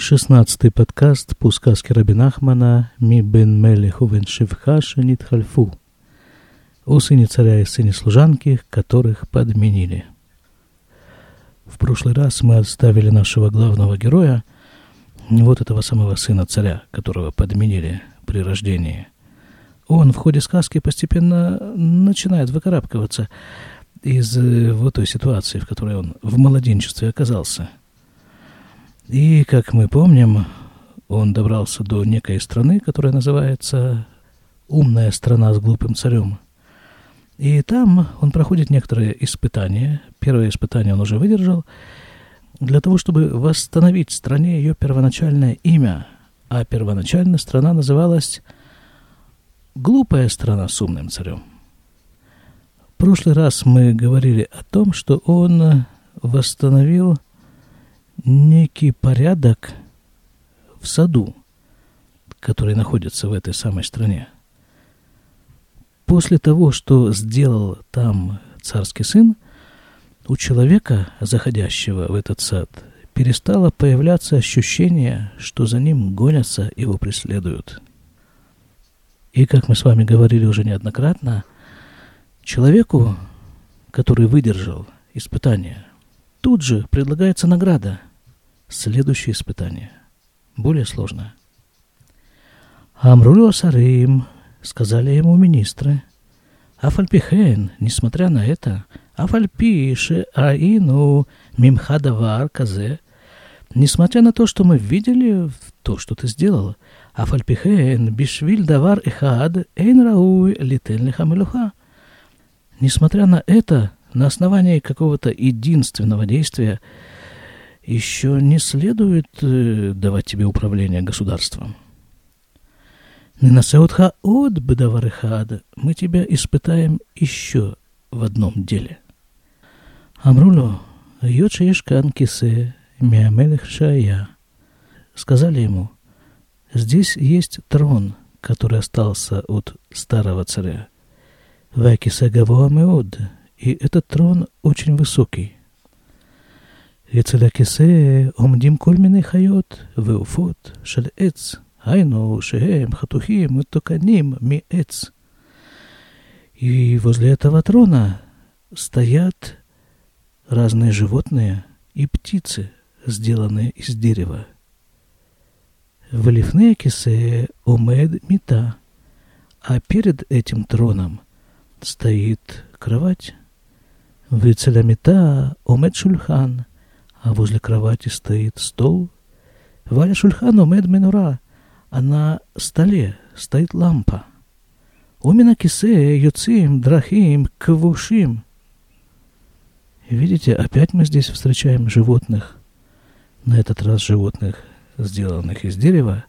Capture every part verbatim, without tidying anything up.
шестнадцатый подкаст по сказке Раби Нахмана «Ми бен мелех увен шивха шенит хальфу» о сыне царя и сыне служанки, которых подменили. В прошлый раз мы оставили нашего главного героя, вот этого самого сына царя, которого подменили при рождении. Он в ходе сказки постепенно начинает выкарабкиваться из вот той ситуации, в которой он в младенчестве оказался. И, как мы помним, он добрался до некой страны, которая называется «Умная страна с глупым царем». И там он проходит некоторые испытания. Первое испытание он уже выдержал для того, чтобы восстановить стране ее первоначальное имя. А первоначально страна называлась «Глупая страна с умным царем». В прошлый раз мы говорили о том, что он восстановил некий порядок в саду, который находится в этой самой стране. После того, что сделал там царский сын, у человека, заходящего в этот сад, перестало появляться ощущение, что за ним гонятся и его преследуют. И, как мы с вами говорили уже неоднократно, человеку, который выдержал испытание, тут же предлагается награда. Следующее испытание. Более сложное. Амрулю асарим, сказали ему министры. Афальпихен, несмотря на это, афальпи ше аину мимха давар казе, несмотря на то, что мы видели то, что ты сделал, афальпихен бишвиль давар эхад эйн рауй литен лиха мелуха. Несмотря на это, на основании какого-то единственного действия еще не следует э, давать тебе управление государством. Ненасеутха от бедаварехад, мы тебя испытаем еще в одном деле. Амруло, йочешкан кисе миамелех шая. Сказали ему, здесь есть трон, который остался от старого царя. Вакисе гавоа меод, и этот трон очень высокий. אצל הכיסא עומדים כל מיני חיות ועופות של עץ, היינו שהם חתוכים ותוקנים מעץ. И возле этого трона стоят разные животные и птицы, сделанные из дерева. ולפני הכיסא עומד מיטה, а перед этим троном стоит кровать. ואצל המיטה עומד שולחן, а возле кровати стоит стол. Валя шульхан умед менура, а на столе стоит лампа. Умина кисе юцим драхим квушим. Видите, опять мы здесь встречаем животных, на этот раз животных, сделанных из дерева.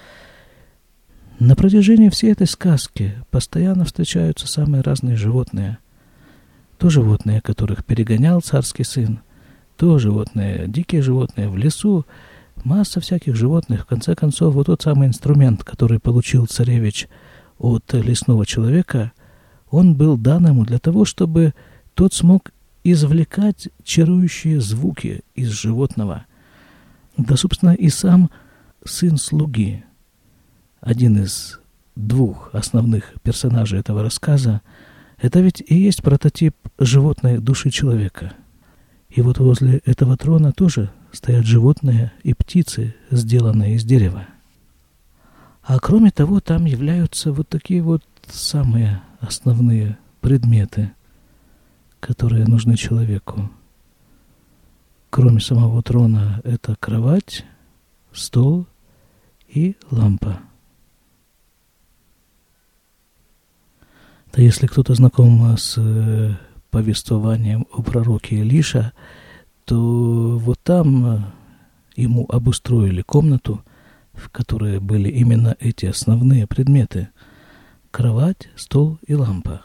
На протяжении всей этой сказки постоянно встречаются самые разные животные. То животные, которых перегонял царский сын, то животные, дикие животные в лесу, масса всяких животных. В конце концов, вот тот самый инструмент, который получил царевич от лесного человека, он был дан ему для того, чтобы тот смог извлекать чарующие звуки из животного. Да, собственно, и сам сын слуги, один из двух основных персонажей этого рассказа, это ведь и есть прототип животной души человека. И вот возле этого трона тоже стоят животные и птицы, сделанные из дерева. А кроме того, там являются вот такие вот самые основные предметы, которые нужны человеку. Кроме самого трона, это кровать, стол и лампа. Да если кто-то знаком с повествованием о пророке Илиша, то вот там ему обустроили комнату, в которой были именно эти основные предметы: кровать, стол и лампа.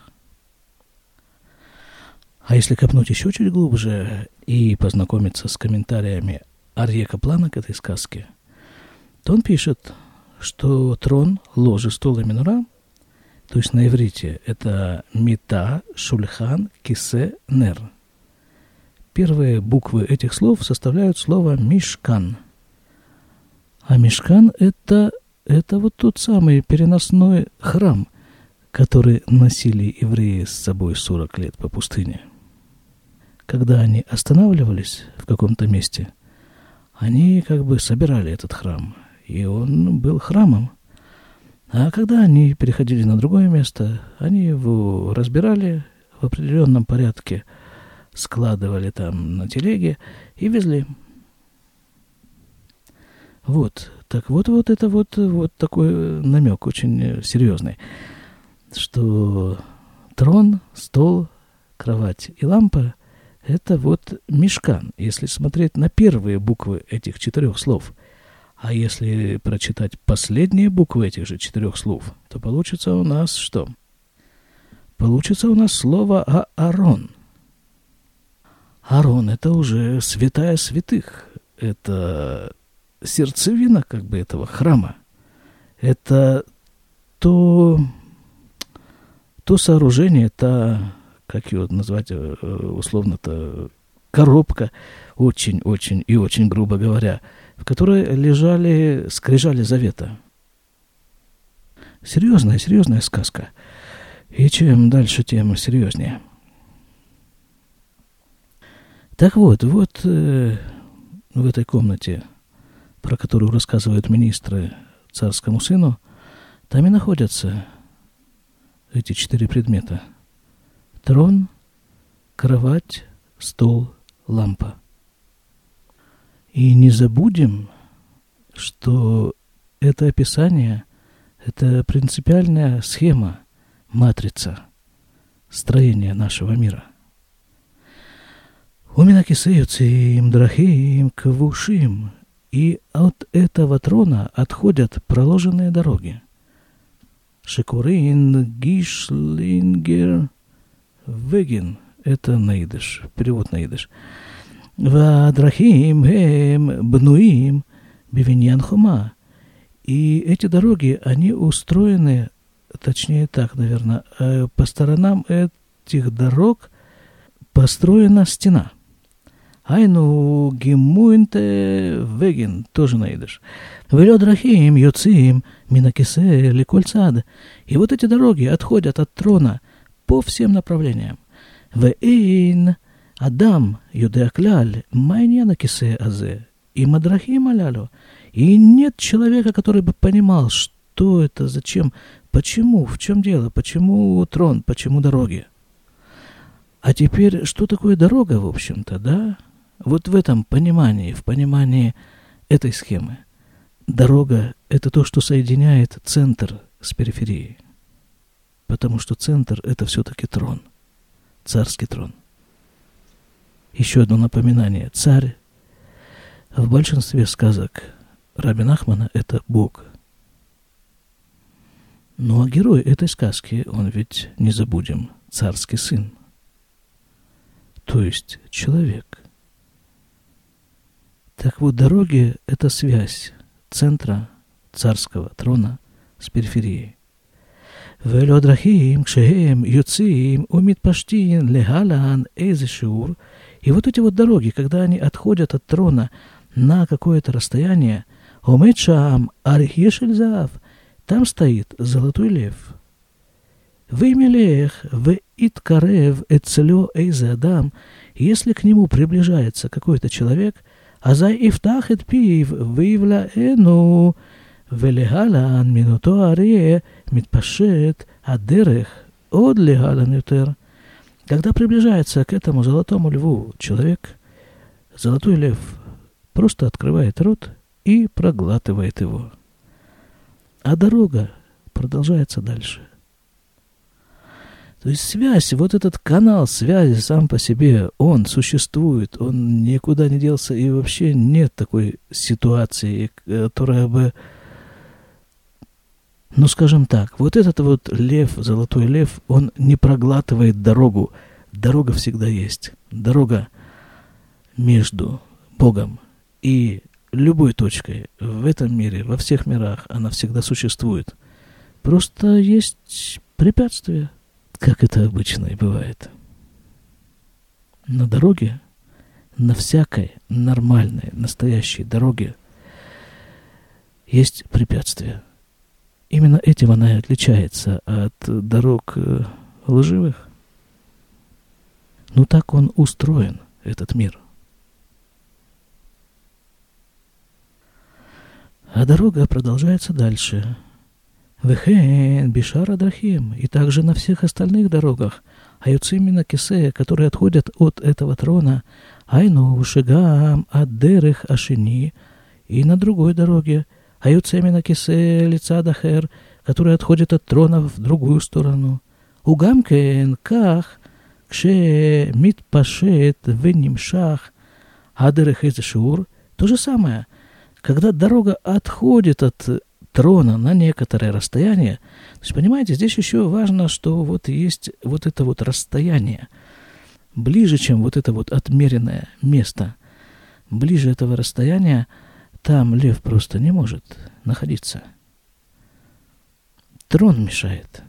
А если копнуть еще чуть глубже и познакомиться с комментариями Арье Каплана к этой сказке, то он пишет, что трон, ложе, стол и минура, то есть на иврите это мита, шульхан, кисе, нер. Первые буквы этих слов составляют слово мишкан. А Мишкан это, это вот тот самый переносной храм, который носили евреи с собой сорок лет по пустыне. Когда они останавливались в каком-то месте, они как бы собирали этот храм, и он был храмом. А когда они переходили на другое место, они его разбирали в определенном порядке, складывали там на телеге и везли. Вот, так вот, вот это вот, вот такой намек очень серьезный, что трон, стол, кровать и лампа — это вот Мишкан, если смотреть на первые буквы этих четырех слов. А если прочитать последние буквы этих же четырех слов, то получится у нас что? Получится у нас слово Аарон. Аарон — это уже святая святых. Это сердцевина как бы этого храма. Это то, то сооружение, та, как его назвать условно-то, коробка, очень-очень и очень грубо говоря, в которой лежали скрижали завета. Серьезная, серьезная сказка. И чем дальше, тем серьезнее. Так вот, вот э, в этой комнате, про которую рассказывают министры царскому сыну, там и находятся эти четыре предмета. Трон, кровать, стол, лампа. И не забудем, что это описание, это принципиальная схема, матрица строения нашего мира. Уминакисеюцим драхим квушим. И от этого трона отходят проложенные дороги. Шикурин, Гишлингер, Вегин. Это наидыш, перевод наидыш. Вадрахим, Гем, Бнуим, Бивиньян Хума. И эти дороги, они устроены, точнее так, наверное, по сторонам этих дорог построена стена. Айну гимуинте вегин, тоже наидыш. Велёдрахим, Йоцим, Минакисе, Ликольцад. И вот эти дороги отходят от трона по всем направлениям. Вэйн, Адам, Юдеакляль, Майньяна Кисе Азе. И Мадрахим алялю. И нет человека, который бы понимал, что это, зачем, почему, в чем дело, почему трон, почему дороги. А теперь, что такое дорога, в общем-то, да? Вот в этом понимании, в понимании этой схемы. Дорога — это то, что соединяет центр с периферией. Потому что центр — это все-таки трон. Царский трон. Еще одно напоминание. Царь в большинстве сказок Раби Нахмана — это Бог. Ну а герой этой сказки, он ведь, не забудем, царский сын. То есть человек. Так вот, дороги — это связь центра царского трона с периферией. Велодрахим, кшеем, юцим, умитпаштин, легалан, эзешиур. И вот эти вот дороги, когда они отходят от трона на какое-то расстояние, омечам, архешельзав, там стоит золотой лев. Вымелех, в иткарев, эцелё, эйзе адам. Если к нему приближается какой-то человек, азай ифтах эт пив, выявля эну, велегалан, минуто аре, митпашет, адерех, од легалан ютер. Когда приближается к этому золотому льву человек, золотой лев просто открывает рот и проглатывает его. А дорога продолжается дальше. То есть связь, вот этот канал связи сам по себе, он существует, он никуда не делся, и вообще нет такой ситуации, которая бы, ну скажем так, вот этот вот лев, золотой лев, он не проглатывает дорогу. Дорога всегда есть. Дорога между Богом и любой точкой в этом мире, во всех мирах, она всегда существует. Просто есть препятствия, как это обычно и бывает. На дороге, на всякой нормальной, настоящей дороге есть препятствия. Именно этим она и отличается от дорог лживых. Ну так он устроен, этот мир. А дорога продолжается дальше. Вехен, Бишара Драхим, и также на всех остальных дорогах, Аюцимина Кисе, которые отходят от этого трона, Айну, Шигам, Аддерех, Ашини, и на другой дороге, Аюцимина Кисе, Лица Дахер, которые отходят от трона в другую сторону. Угамкен, Ках, Кше, Мит Пашет, Венимшах, Аддерех Изешур, то же самое. Когда дорога отходит от трона на некоторое расстояние, то есть, понимаете, здесь еще важно, что вот есть вот это вот расстояние, ближе, чем вот это вот отмеренное место, ближе этого расстояния, там лев просто не может находиться. Трон мешает.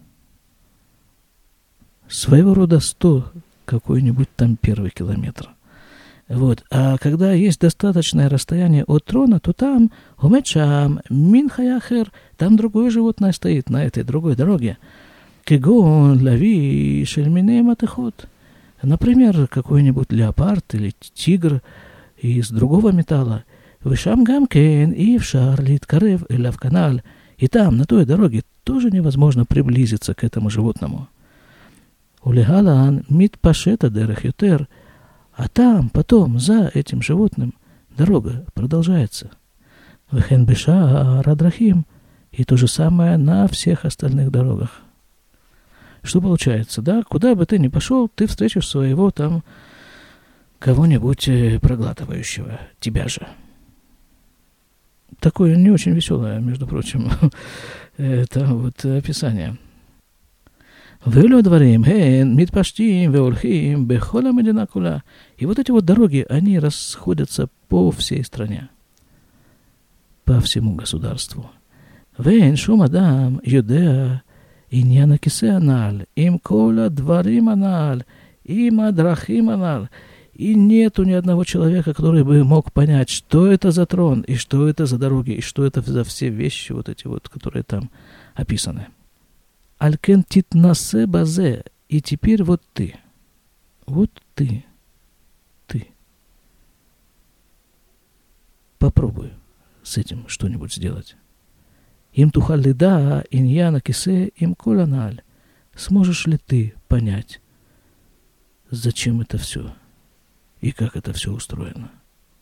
Своего рода сто какой-нибудь там первый километр. Вот. А когда есть достаточное расстояние от трона, то там умечам минхаяхер, там другое животное стоит на этой другой дороге. Кегон, лави, шельмине матехот. Например, какой-нибудь леопард или тигр из другого металла. Вышам гамкен и в шарлит карев или в канал. И там, на той дороге, тоже невозможно приблизиться к этому животному. Улегалан мит пашета дерехютер. А там, потом, за этим животным, дорога продолжается. Вехен Бишара Драхим. И то же самое на всех остальных дорогах. Что получается, да? Куда бы ты ни пошел, ты встретишь своего там кого-нибудь проглатывающего. Тебя же. Такое не очень веселое, между прочим, это вот описание. Вэлю дворим, ген, митпаштим, веолхим, бехола медина кула. И вот эти вот дороги, они расходятся по всей стране, по всему государству. Вэн шум адам, юдеа, иньяна кисе аналь, им кола дворим аналь, им адрахим аналь. И нету ни одного человека, который бы мог понять, что это за трон, и что это за дороги, и что это за все вещи, вот эти вот, которые там описаны. Алькен титнасе базе. И теперь вот ты. Вот ты. Ты. Попробуй с этим что-нибудь сделать. Им тухалида иньяна кисе им коланаль. Сможешь ли ты понять, зачем это все и как это все устроено?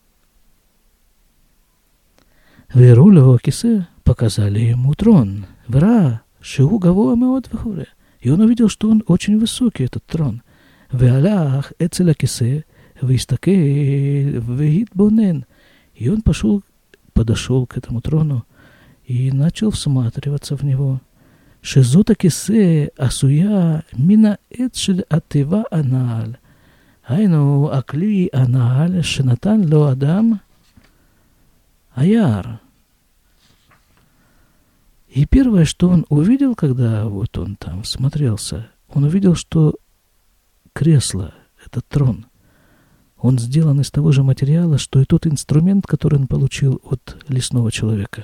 Верулево кисе показали ему трон. Вра. Шигу гаво меот вехуре. И он увидел, что он очень высокий, этот трон. Веалах эцеля кисе, вистаке вегитбонен. И он пошел, подошел к этому трону и начал всматриваться в него. Шезота кисе асуя мина эцель атева аналь. Айну акли аналь шенатан ло адам аяр. И первое, что он увидел, когда вот он там смотрелся, он увидел, что кресло, этот трон, он сделан из того же материала, что и тот инструмент, который он получил от лесного человека.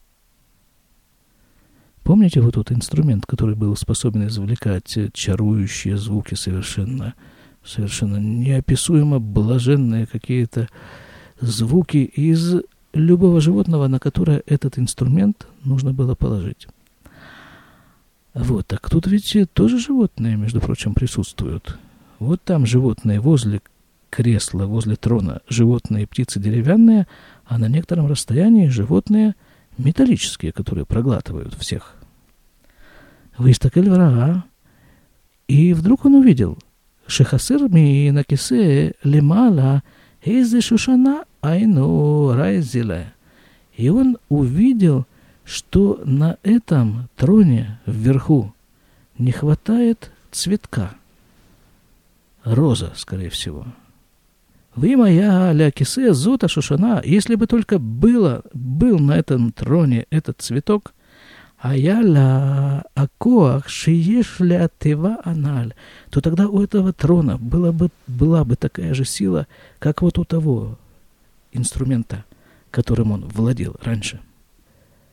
Помните вот тот инструмент, который был способен извлекать чарующие звуки, совершенно, совершенно неописуемо блаженные какие-то звуки из любого животного, на которое этот инструмент нужно было положить. Вот, так тут ведь тоже животные, между прочим, присутствуют. Вот там животные возле кресла, возле трона, животные птицы деревянные, а на некотором расстоянии животные металлические, которые проглатывают всех. Выстакель врага, и вдруг он увидел шехасыр ми на кисе лемала из шушана айну райзиле. И он увидел, что на этом троне вверху не хватает цветка. Роза, скорее всего. Вы моя ля кисе зута шушана. Если бы только было, был на этом троне этот цветок, а я ля акоах шиеш ля тева аналь, то тогда у этого трона была бы, была бы такая же сила, как вот у того инструмента, которым он владел раньше.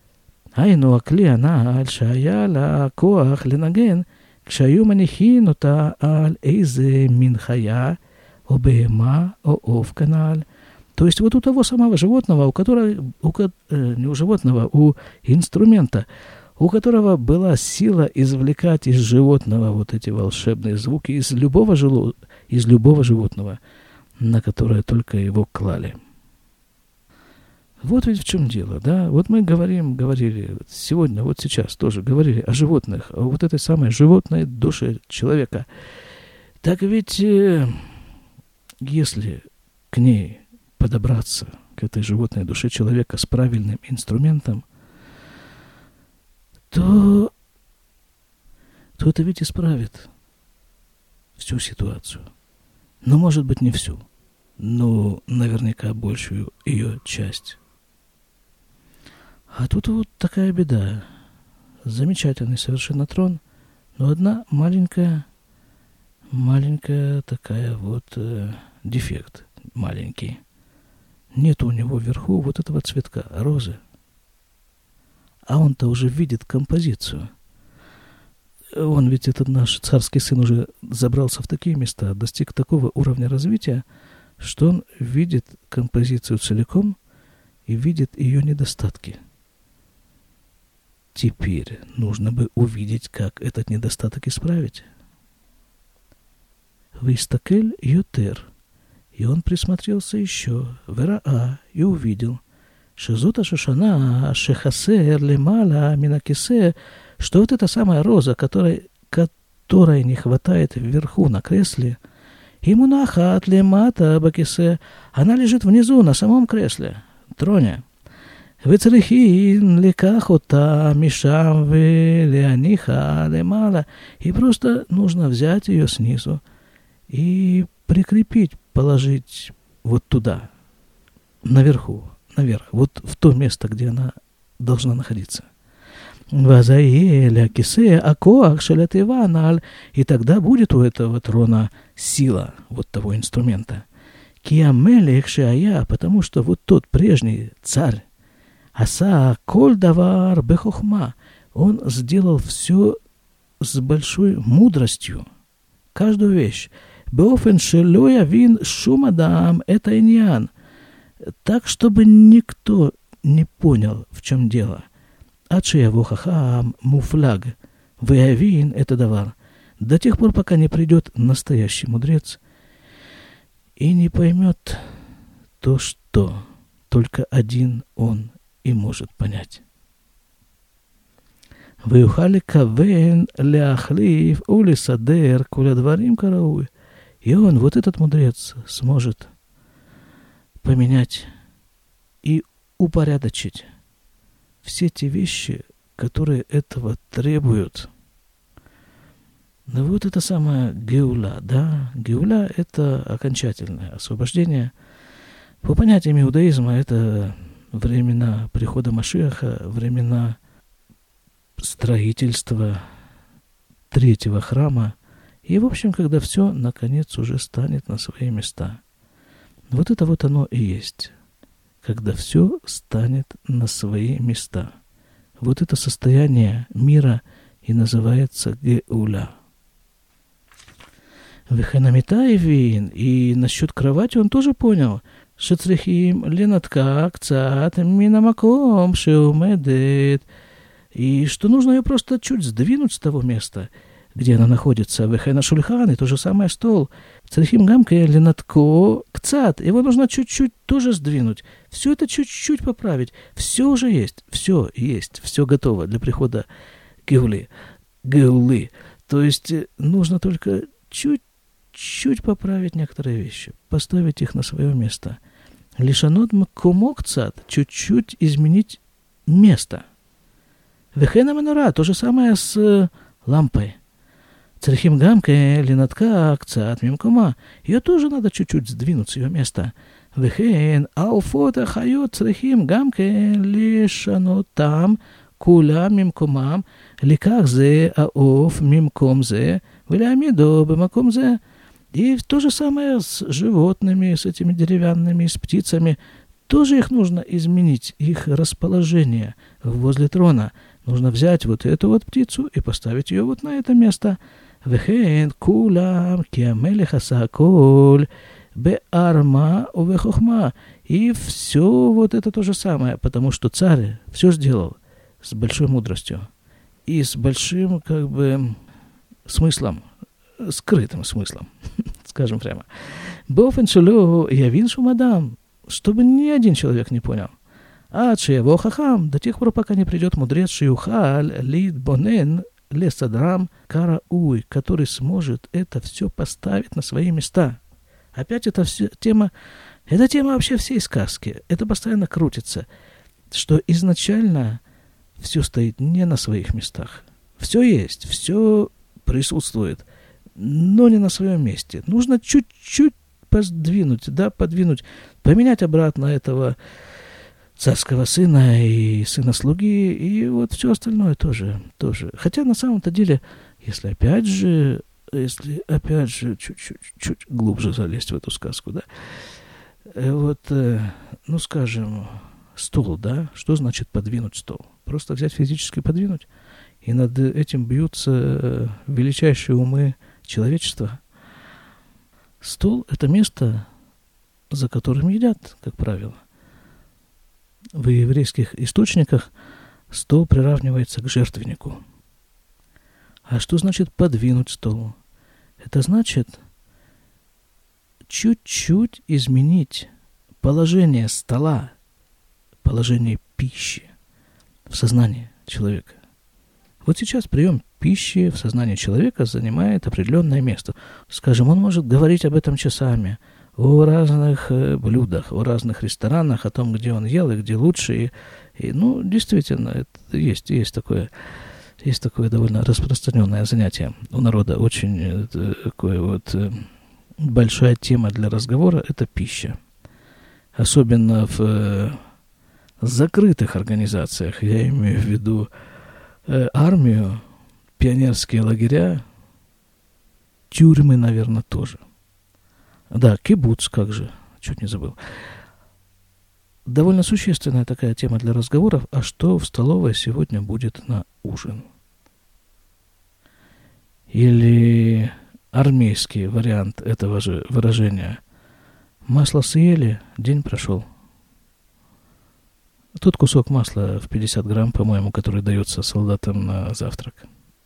היינו הכלי הנעל שהיה לה כוח לנגן כשהיו מניחים אותה על איזה מין חיה או בהמה או עוף כנעל. То есть вот у того самого животного, у которого, у, не у животного, у инструмента, у которого была сила извлекать из животного вот эти волшебные звуки, из любого, жило, из любого животного, на которое только его клали. Вот ведь в чем дело, да? Вот мы говорим, говорили сегодня, вот сейчас тоже говорили о животных, о вот этой самой животной душе человека. Так ведь, если к ней подобраться, к этой животной душе человека с правильным инструментом, то, то это ведь исправит всю ситуацию. Но, может быть, не всю, но наверняка большую ее часть. А тут вот такая беда. Замечательный совершенно трон, но одна маленькая, маленькая такая вот э, дефект маленький. Нет у него вверху вот этого цветка, розы. А он-то уже видит композицию. Он ведь, этот наш царский сын, уже забрался в такие места, достиг такого уровня развития, что он видит композицию целиком и видит ее недостатки. Теперь нужно бы увидеть, как этот недостаток исправить. Вистакель йотер. И он присмотрелся еще, вераа, и увидел, шизота шушана шехасер лемала минакисе, что вот эта самая роза, которой, которой не хватает вверху на кресле, имунахат лемата бакисе, она лежит внизу на самом кресле, троне. Вецрихин лекахота мишам велеаниха лемала, и просто нужно взять ее снизу и прикрепить, положить вот туда, наверху, наверх, вот в то место, где она должна находиться. Вазаэля кисе акоах шалятиваналь, и тогда будет у этого трона сила вот того инструмента. Киамелех шеая, потому что вот тот прежний царь, аса коль давар бехохма, он сделал все с большой мудростью, каждую вещь. Беофен шелоя вин шумадам это иньян, так, чтобы никто не понял, в чем дело. Ачеяво хахам муфлаг, выявин это давар, до тех пор, пока не придет настоящий мудрец и не поймет то, что только один он и может понять. Ваюхали кавен ляхлив улисадер куля дворим карауй. И он, вот этот мудрец, сможет поменять и упорядочить все те вещи, которые этого требуют. Ну вот это самая геула, да? Геула — это окончательное освобождение. По понятиям иудаизма это времена прихода Машиаха, времена строительства третьего храма. И, в общем, когда все, наконец, уже станет на свои места. Вот это вот оно и есть. Когда все станет на свои места. Вот это состояние мира и называется геуля. Веханамитаевин, и насчет кровати он тоже понял. Шецрихим ленатка акцат минамаком шеумедет. И что нужно ее просто чуть сдвинуть с того места, где она находится. Вехена шульхан, и то же самое стол. Црихим гамке ленатко кцат. Его нужно чуть-чуть тоже сдвинуть. Все это чуть-чуть поправить. Все уже есть. Все есть. Все готово для прихода геули. Геулы. То есть нужно только чуть-чуть поправить некоторые вещи. Поставить их на свое место. Лишанот мкумо кцат. Чуть-чуть изменить место. Вехена менура. То же самое с лампой. Црихим гамке ленатка акцат мимкома. Ее тоже надо чуть-чуть сдвинуть с ее места. Вехен алфота хайот црихим гамке лишанотам кула мимкомам ликах зе аоф мимком зе вилямидо бемаком зе. И то же самое с животными, с этими деревянными, с птицами. тоже их нужно изменить, их расположение возле трона. Нужно взять вот эту вот птицу и поставить ее вот на это место. Вехен кулам киамелех асаколь беарма увехохма. И все вот это то же самое, потому что царь все сделал с большой мудростью и с большим, как бы, смыслом, скрытым смыслом, скажем прямо. Бофен шело явин шумадам, чтобы ни один человек не понял. А чево хахам, до тех пор, пока не придет мудрец шиюхаль лид бонен лесадрам карауй, который сможет это все поставить на свои места. Опять это все тема, эта тема вообще всей сказки. Это постоянно крутится, что изначально все стоит не на своих местах. Все есть, все присутствует, но не на своем месте. Нужно чуть-чуть подвинуть, да, подвинуть, поменять обратно этого царского сына и сына слуги, и вот все остальное тоже, тоже. Хотя на самом-то деле, если опять же, если опять же чуть-чуть чуть глубже залезть в эту сказку, да, вот, ну, скажем, стол, да, что значит подвинуть стол? Просто взять физически подвинуть, и над этим бьются величайшие умы человечества. Стол – это место, за которым едят, как правило. В еврейских источниках стол приравнивается к жертвеннику. А что значит подвинуть стол? Это значит чуть-чуть изменить положение стола, положение пищи в сознании человека. Вот сейчас прием пищи в сознании человека занимает определенное место. Скажем, он может говорить об этом часами, о разных э, блюдах, о разных ресторанах, о том, где он ел и где лучше. И, и, ну, действительно, это есть, есть, такое, есть такое довольно распространенное занятие у народа. Очень э, такое вот э, большая тема для разговора – это пища. Особенно в э, закрытых организациях, я имею в виду э, армию, пионерские лагеря, тюрьмы, наверное, тоже. Да, кибуц, как же, чуть не забыл. Довольно существенная такая тема для разговоров, а что в столовой сегодня будет на ужин? Или армейский вариант этого же выражения. Масло съели, день прошел. Тот кусок масла в пятьдесят грамм, по-моему, который дается солдатам на завтрак.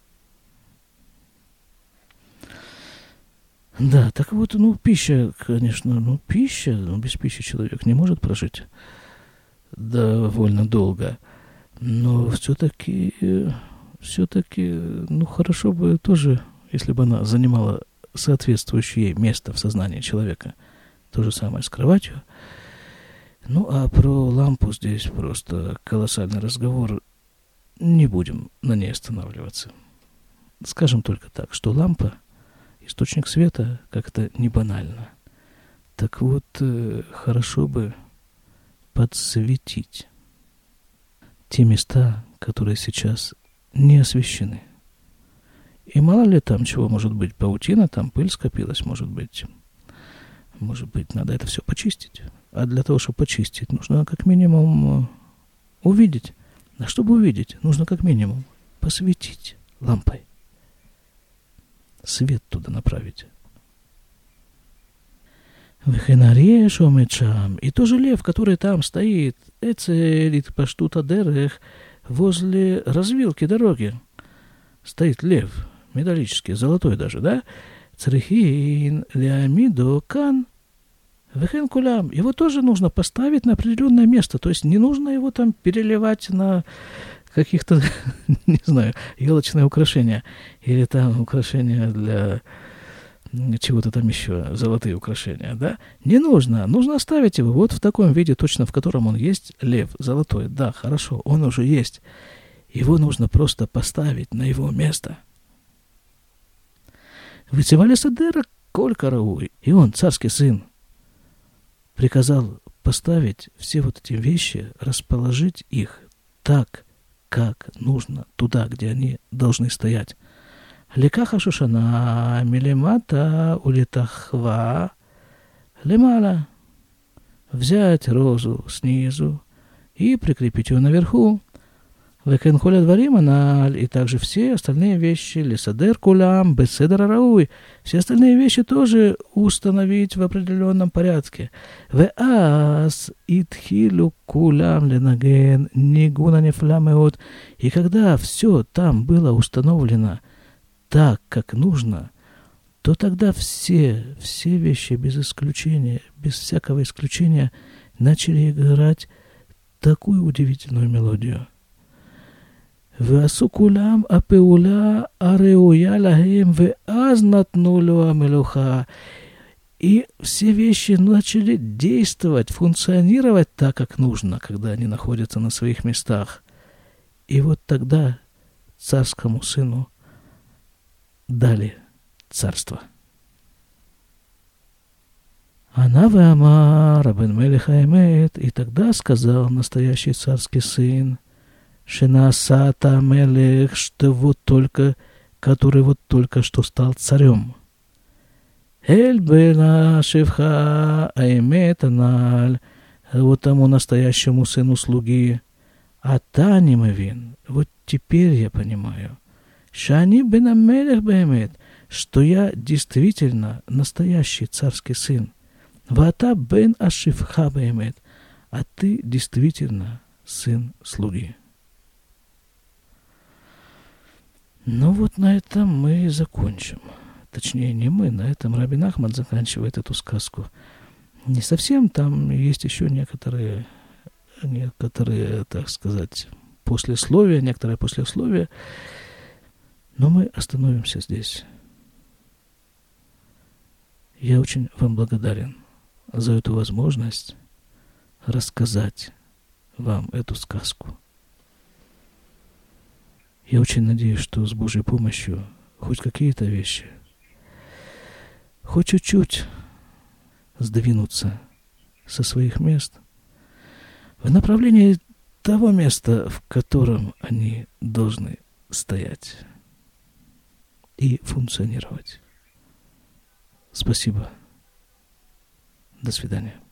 Да, так вот, ну, пища, конечно, ну, пища, ну, без пищи человек не может прожить довольно долго. Но все-таки, все-таки, ну, хорошо бы тоже, если бы она занимала соответствующее ей место в сознании человека. То же самое с кроватью. Ну, а про лампу здесь просто колоссальный разговор. Не будем на ней останавливаться. Скажем только так, что лампа — источник света, как-то не банально. Так вот, э, хорошо бы подсветить те места, которые сейчас не освещены. И мало ли там чего может быть, паутина, там пыль скопилась, может быть. Может быть, надо это все почистить. А для того, чтобы почистить, нужно как минимум увидеть. А чтобы увидеть, нужно как минимум посветить лампой. Свет туда направить. Вехенареш омечам. И тоже лев, который там стоит, эцелит паштута дерех, возле развилки дороги. Стоит лев, металлический, золотой даже, да? Црихин леамидо кан. Вехен кулям. Его тоже нужно поставить на определенное место. То есть не нужно его там переливать на каких-то, не знаю, елочные украшения. Или там украшения для чего-то там еще, золотые украшения, да? Не нужно. Нужно оставить его вот в таком виде, точно в котором он есть, лев золотой. Да, хорошо, он уже есть. Его нужно просто поставить на его место. Выцевали Садера коль карауй. И он, царский сын, приказал поставить все вот эти вещи, расположить их так, как нужно, туда, где они должны стоять. Лекаха шушана милемата улитахва лемала. взять розу снизу и прикрепить ее наверху. Векен коля дворим аналь, и также все остальные вещи, лесадер кулам, беседер рауй, все остальные вещи тоже установить в определенном порядке. Веас итхилу кулам ленаген нигуна нефламеот, и когда все там было установлено так, как нужно, то тогда все, все вещи без исключения, без всякого исключения, начали играть такую удивительную мелодию. ועשו כולם הפעולה הראויה להם, ואז נתנו לו המלוכה. И все вещи начали действовать, функционировать так, как нужно, когда они находятся на своих местах. И вот тогда царскому сыну дали царство. Ана веамар абен мелех хаэмет, и тогда сказал настоящий царский сын, Шинасата Мелех, что вот только, который вот только что стал царем. Эль бена шевха аймет аналь, вот тому настоящему сыну слуги. А та не мавин, вот теперь я понимаю. Шани бена Мелех баймет, что я действительно настоящий царский сын. Вата бен ашевха баймет, а ты действительно сын слуги. Ну вот на этом мы и закончим. Точнее, не мы, на этом Рабин Ахмад заканчивает эту сказку. Не совсем, там есть еще некоторые, некоторые, так сказать, послесловия, некоторые послесловия. Но мы остановимся здесь. Я очень вам благодарен за эту возможность рассказать вам эту сказку. Я очень надеюсь, что с Божьей помощью хоть какие-то вещи, хоть чуть-чуть сдвинуться со своих мест в направлении того места, в котором они должны стоять и функционировать. Спасибо. До свидания.